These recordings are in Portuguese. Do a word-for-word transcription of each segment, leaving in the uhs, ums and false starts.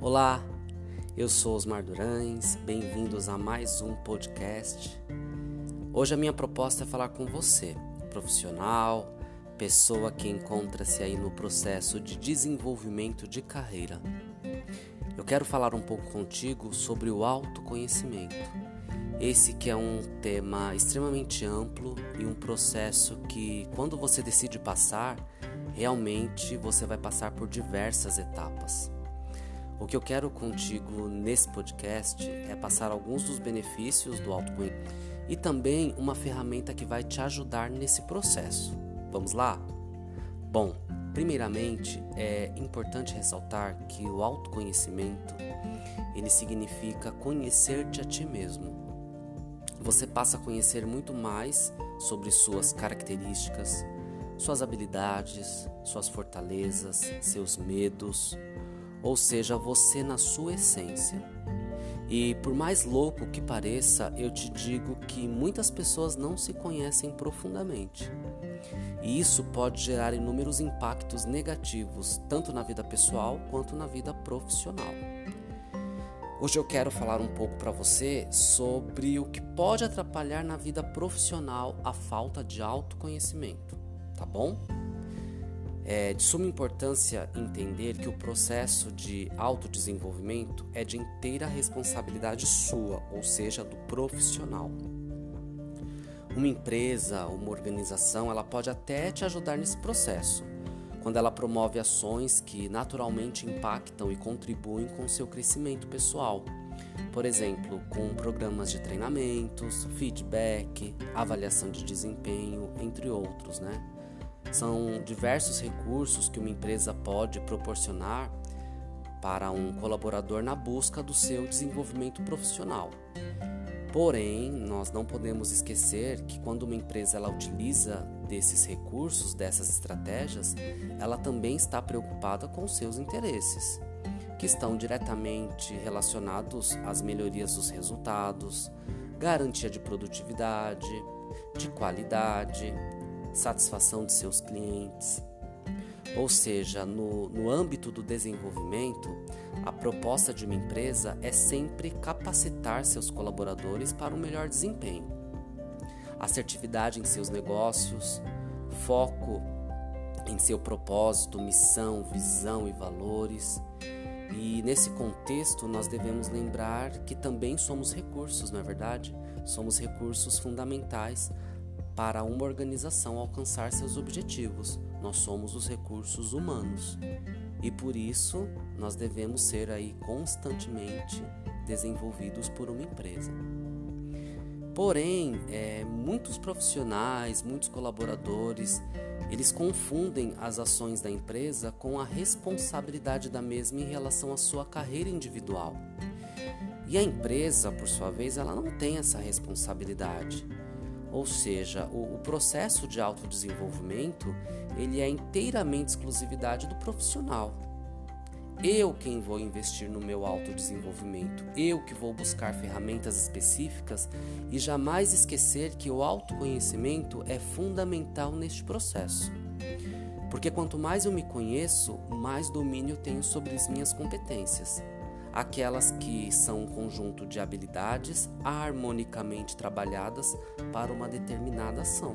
Olá, eu sou Osmar Durães, bem-vindos a mais um podcast. Hoje a minha proposta é falar com você, profissional, pessoa que encontra-se aí no processo de desenvolvimento de carreira. Eu quero falar um pouco contigo sobre o autoconhecimento. Esse que é um tema extremamente amplo e um processo que, quando você decide passar, realmente você vai passar por diversas etapas. O que eu quero contigo nesse podcast é passar alguns dos benefícios do autoconhecimento e também uma ferramenta que vai te ajudar nesse processo. Vamos lá? Bom, primeiramente é importante ressaltar que o autoconhecimento ele significa conhecer-te a ti mesmo. Você passa a conhecer muito mais sobre suas características, suas habilidades, suas fortalezas, seus medos, ou seja, você na sua essência. E por mais louco que pareça, eu te digo que muitas pessoas não se conhecem profundamente. E isso pode gerar inúmeros impactos negativos, tanto na vida pessoal quanto na vida profissional. Hoje eu quero falar um pouco para você sobre o que pode atrapalhar na vida profissional a falta de autoconhecimento, tá bom? É de suma importância entender que o processo de autodesenvolvimento é de inteira responsabilidade sua, ou seja, do profissional. Uma empresa, uma organização, ela pode até te ajudar nesse processo, quando ela promove ações que naturalmente impactam e contribuem com o seu crescimento pessoal. Por exemplo, com programas de treinamentos, feedback, avaliação de desempenho, entre outros, né? São diversos recursos que uma empresa pode proporcionar para um colaborador na busca do seu desenvolvimento profissional. Porém, nós não podemos esquecer que quando uma empresa ela utiliza desses recursos, dessas estratégias, ela também está preocupada com os seus interesses, que estão diretamente relacionados às melhorias dos resultados, garantia de produtividade, de qualidade, satisfação de seus clientes. Ou seja, no, no âmbito do desenvolvimento, a proposta de uma empresa é sempre capacitar seus colaboradores para um melhor desempenho. Assertividade em seus negócios, foco em seu propósito, missão, visão e valores. E nesse contexto nós devemos lembrar que também somos recursos, não é verdade? Somos recursos fundamentais para uma organização alcançar seus objetivos. Nós somos os recursos humanos e por isso nós devemos ser aí constantemente desenvolvidos por uma empresa. Porém, é, muitos profissionais, muitos colaboradores, eles confundem as ações da empresa com a responsabilidade da mesma em relação à sua carreira individual. E a empresa, por sua vez, ela não tem essa responsabilidade. Ou seja, o, o processo de autodesenvolvimento, ele é inteiramente exclusividade do profissional. Eu quem vou investir no meu autodesenvolvimento, eu que vou buscar ferramentas específicas e jamais esquecer que o autoconhecimento é fundamental neste processo. Porque quanto mais eu me conheço, mais domínio eu tenho sobre as minhas competências. Aquelas que são um conjunto de habilidades harmonicamente trabalhadas para uma determinada ação.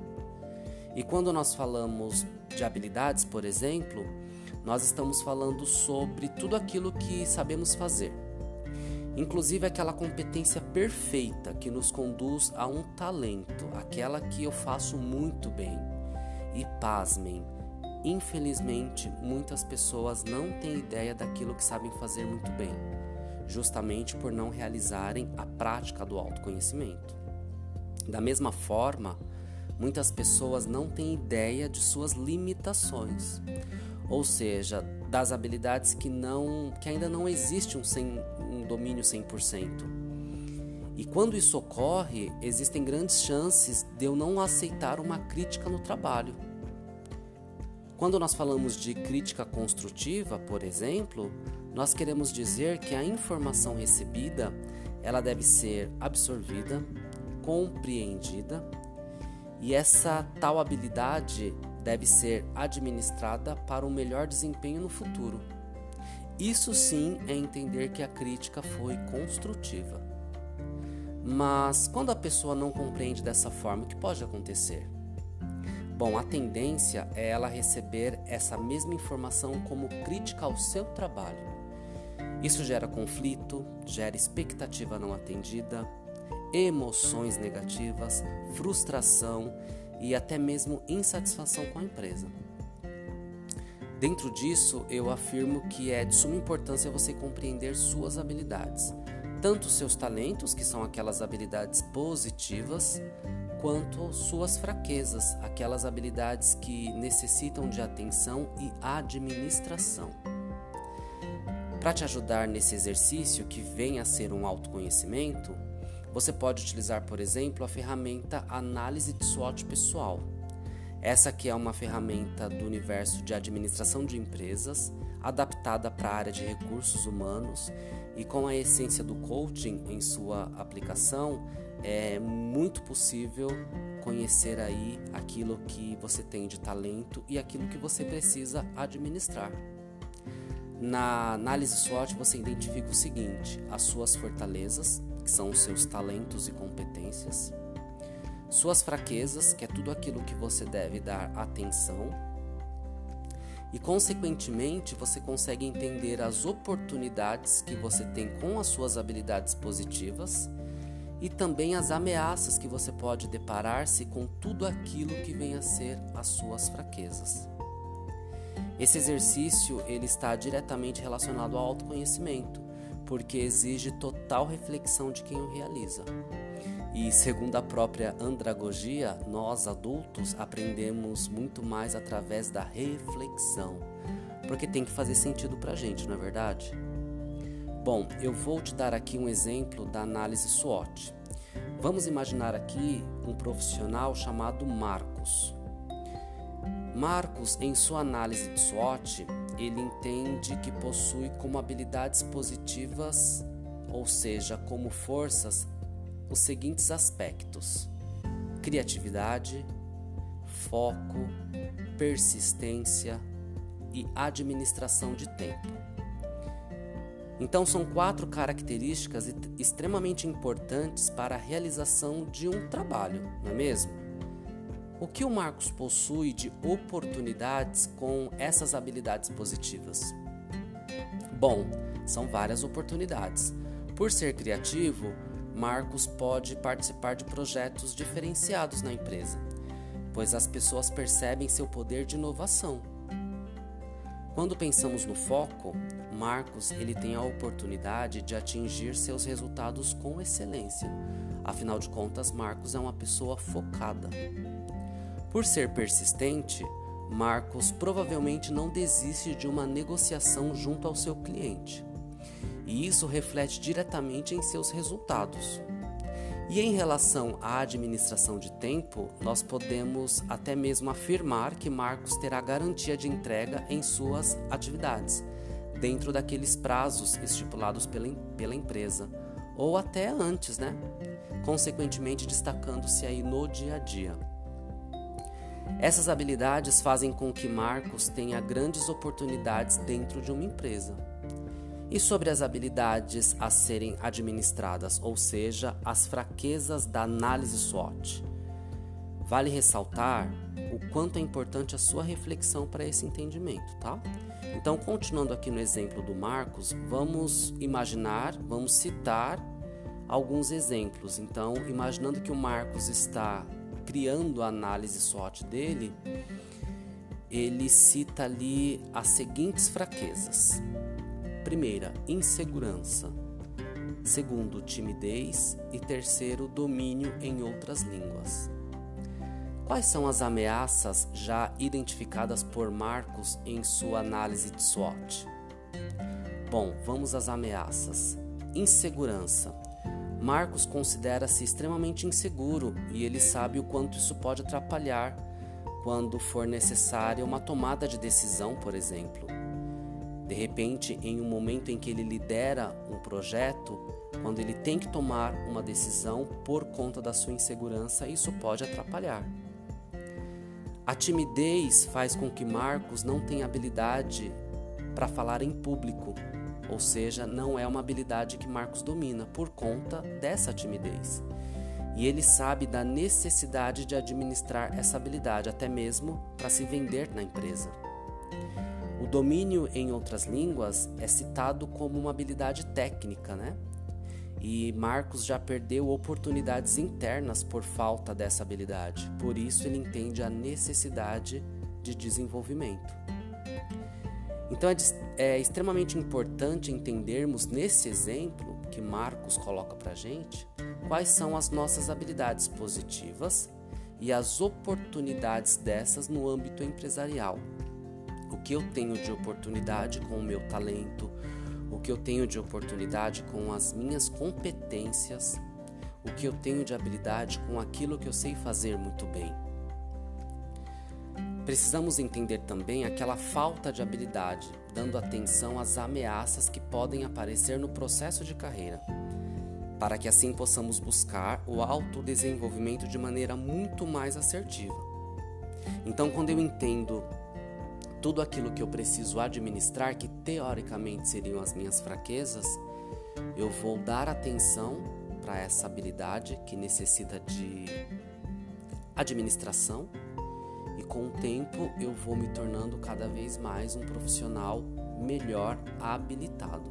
E quando nós falamos de habilidades, por exemplo, nós estamos falando sobre tudo aquilo que sabemos fazer. Inclusive aquela competência perfeita que nos conduz a um talento, aquela que eu faço muito bem. E pasmem, infelizmente, muitas pessoas não têm ideia daquilo que sabem fazer muito bem, justamente por não realizarem a prática do autoconhecimento. Da mesma forma, muitas pessoas não têm ideia de suas limitações, ou seja, das habilidades que, não, que ainda não existe um, sem, um domínio cem por cento. E quando isso ocorre, existem grandes chances de eu não aceitar uma crítica no trabalho. Quando nós falamos de crítica construtiva, por exemplo, nós queremos dizer que a informação recebida, ela deve ser absorvida, compreendida, e essa tal habilidade deve ser administrada para um melhor desempenho no futuro. Isso sim é entender que a crítica foi construtiva. Mas quando a pessoa não compreende dessa forma, o que pode acontecer? Bom, a tendência é ela receber essa mesma informação como crítica ao seu trabalho. Isso gera conflito, gera expectativa não atendida, emoções negativas, frustração e até mesmo insatisfação com a empresa. Dentro disso, eu afirmo que é de suma importância você compreender suas habilidades, tanto seus talentos, que são aquelas habilidades positivas, quanto suas fraquezas, aquelas habilidades que necessitam de atenção e administração. Para te ajudar nesse exercício que vem a ser um autoconhecimento, você pode utilizar, por exemplo, a ferramenta Análise de SWOT Pessoal. Essa aqui é uma ferramenta do universo de administração de empresas, adaptada para a área de recursos humanos e com a essência do coaching em sua aplicação, é muito possível conhecer aí aquilo que você tem de talento e aquilo que você precisa administrar. Na análise SWOT você identifica o seguinte: as suas fortalezas, que são os seus talentos e competências, suas fraquezas, que é tudo aquilo que você deve dar atenção, e consequentemente você consegue entender as oportunidades que você tem com as suas habilidades positivas e também as ameaças que você pode deparar-se com tudo aquilo que vem a ser as suas fraquezas. Esse exercício ele está diretamente relacionado ao autoconhecimento, porque exige total reflexão de quem o realiza. E segundo a própria andragogia, nós adultos aprendemos muito mais através da reflexão, porque tem que fazer sentido pra gente, não é verdade? Bom, eu vou te dar aqui um exemplo da análise SWOT. Vamos imaginar aqui um profissional chamado Marcos. Marcos, em sua análise de SWOT, ele entende que possui como habilidades positivas, ou seja, como forças, os seguintes aspectos: criatividade, foco, persistência e administração de tempo. Então são quatro características extremamente importantes para a realização de um trabalho, não é mesmo? O que o Marcos possui de oportunidades com essas habilidades positivas? Bom, são várias oportunidades. Por ser criativo, Marcos pode participar de projetos diferenciados na empresa, pois as pessoas percebem seu poder de inovação. Quando pensamos no foco, Marcos ele tem a oportunidade de atingir seus resultados com excelência. Afinal de contas, Marcos é uma pessoa focada. Por ser persistente, Marcos provavelmente não desiste de uma negociação junto ao seu cliente. E isso reflete diretamente em seus resultados. E em relação à administração de tempo, nós podemos até mesmo afirmar que Marcos terá garantia de entrega em suas atividades, dentro daqueles prazos estipulados pela, pela empresa, ou até antes, né? Consequentemente, destacando-se aí no dia a dia. Essas habilidades fazem com que Marcos tenha grandes oportunidades dentro de uma empresa. E sobre as habilidades a serem administradas, ou seja, as fraquezas da análise SWOT. Vale ressaltar o quanto é importante a sua reflexão para esse entendimento, tá? Então, continuando aqui no exemplo do Marcos, vamos imaginar, vamos citar alguns exemplos. Então, imaginando que o Marcos está criando a análise SWOT dele, ele cita ali as seguintes fraquezas. Primeira, insegurança. Segundo, timidez. E terceiro, domínio em outras línguas. Quais são as ameaças já identificadas por Marcos em sua análise de SWOT? Bom, vamos às ameaças. Insegurança. Marcos considera-se extremamente inseguro e ele sabe o quanto isso pode atrapalhar quando for necessária uma tomada de decisão, por exemplo. De repente, em um momento em que ele lidera um projeto, quando ele tem que tomar uma decisão por conta da sua insegurança, isso pode atrapalhar. A timidez faz com que Marcos não tenha habilidade para falar em público, ou seja, não é uma habilidade que Marcos domina por conta dessa timidez. E ele sabe da necessidade de administrar essa habilidade, até mesmo para se vender na empresa. O domínio em outras línguas é citado como uma habilidade técnica, né? E Marcos já perdeu oportunidades internas por falta dessa habilidade. Por isso ele entende a necessidade de desenvolvimento. Então é, é extremamente importante entendermos nesse exemplo que Marcos coloca para a gente quais são as nossas habilidades positivas e as oportunidades dessas no âmbito empresarial. O que eu tenho de oportunidade com o meu talento, o que eu tenho de oportunidade com as minhas competências, o que eu tenho de habilidade com aquilo que eu sei fazer muito bem. Precisamos entender também aquela falta de habilidade, dando atenção às ameaças que podem aparecer no processo de carreira, para que assim possamos buscar o autodesenvolvimento de maneira muito mais assertiva. Então, quando eu entendo tudo aquilo que eu preciso administrar, que teoricamente seriam as minhas fraquezas, eu vou dar atenção para essa habilidade que necessita de administração e com o tempo eu vou me tornando cada vez mais um profissional melhor habilitado.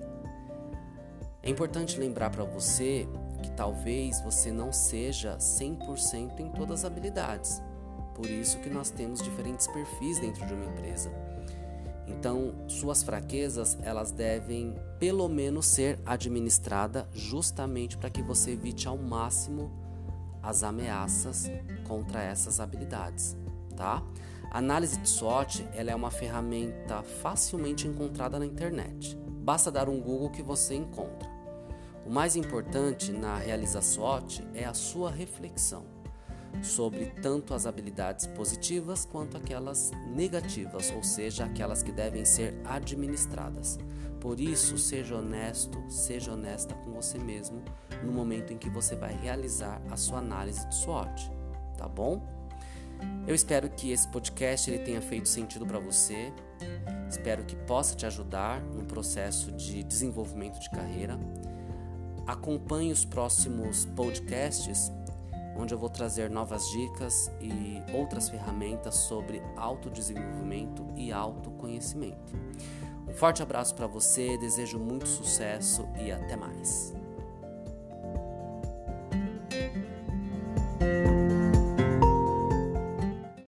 É importante lembrar para você que talvez você não seja cem por cento em todas as habilidades. Por isso que nós temos diferentes perfis dentro de uma empresa. Então, suas fraquezas, elas devem pelo menos ser administradas justamente para que você evite ao máximo as ameaças contra essas habilidades, tá? A análise de SWOT, ela é uma ferramenta facilmente encontrada na internet. Basta dar um Google que você encontra. O mais importante na realizar SWOT é a sua reflexão sobre tanto as habilidades positivas quanto aquelas negativas, ou seja, aquelas que devem ser administradas. Por isso, seja honesto, seja honesta com você mesmo no momento em que você vai realizar a sua análise de SWOT, tá bom? Eu espero que esse podcast ele tenha feito sentido para você, espero que possa te ajudar no processo de desenvolvimento de carreira. Acompanhe os próximos podcasts, onde eu vou trazer novas dicas e outras ferramentas sobre autodesenvolvimento e autoconhecimento. Um forte abraço para você, desejo muito sucesso e até mais.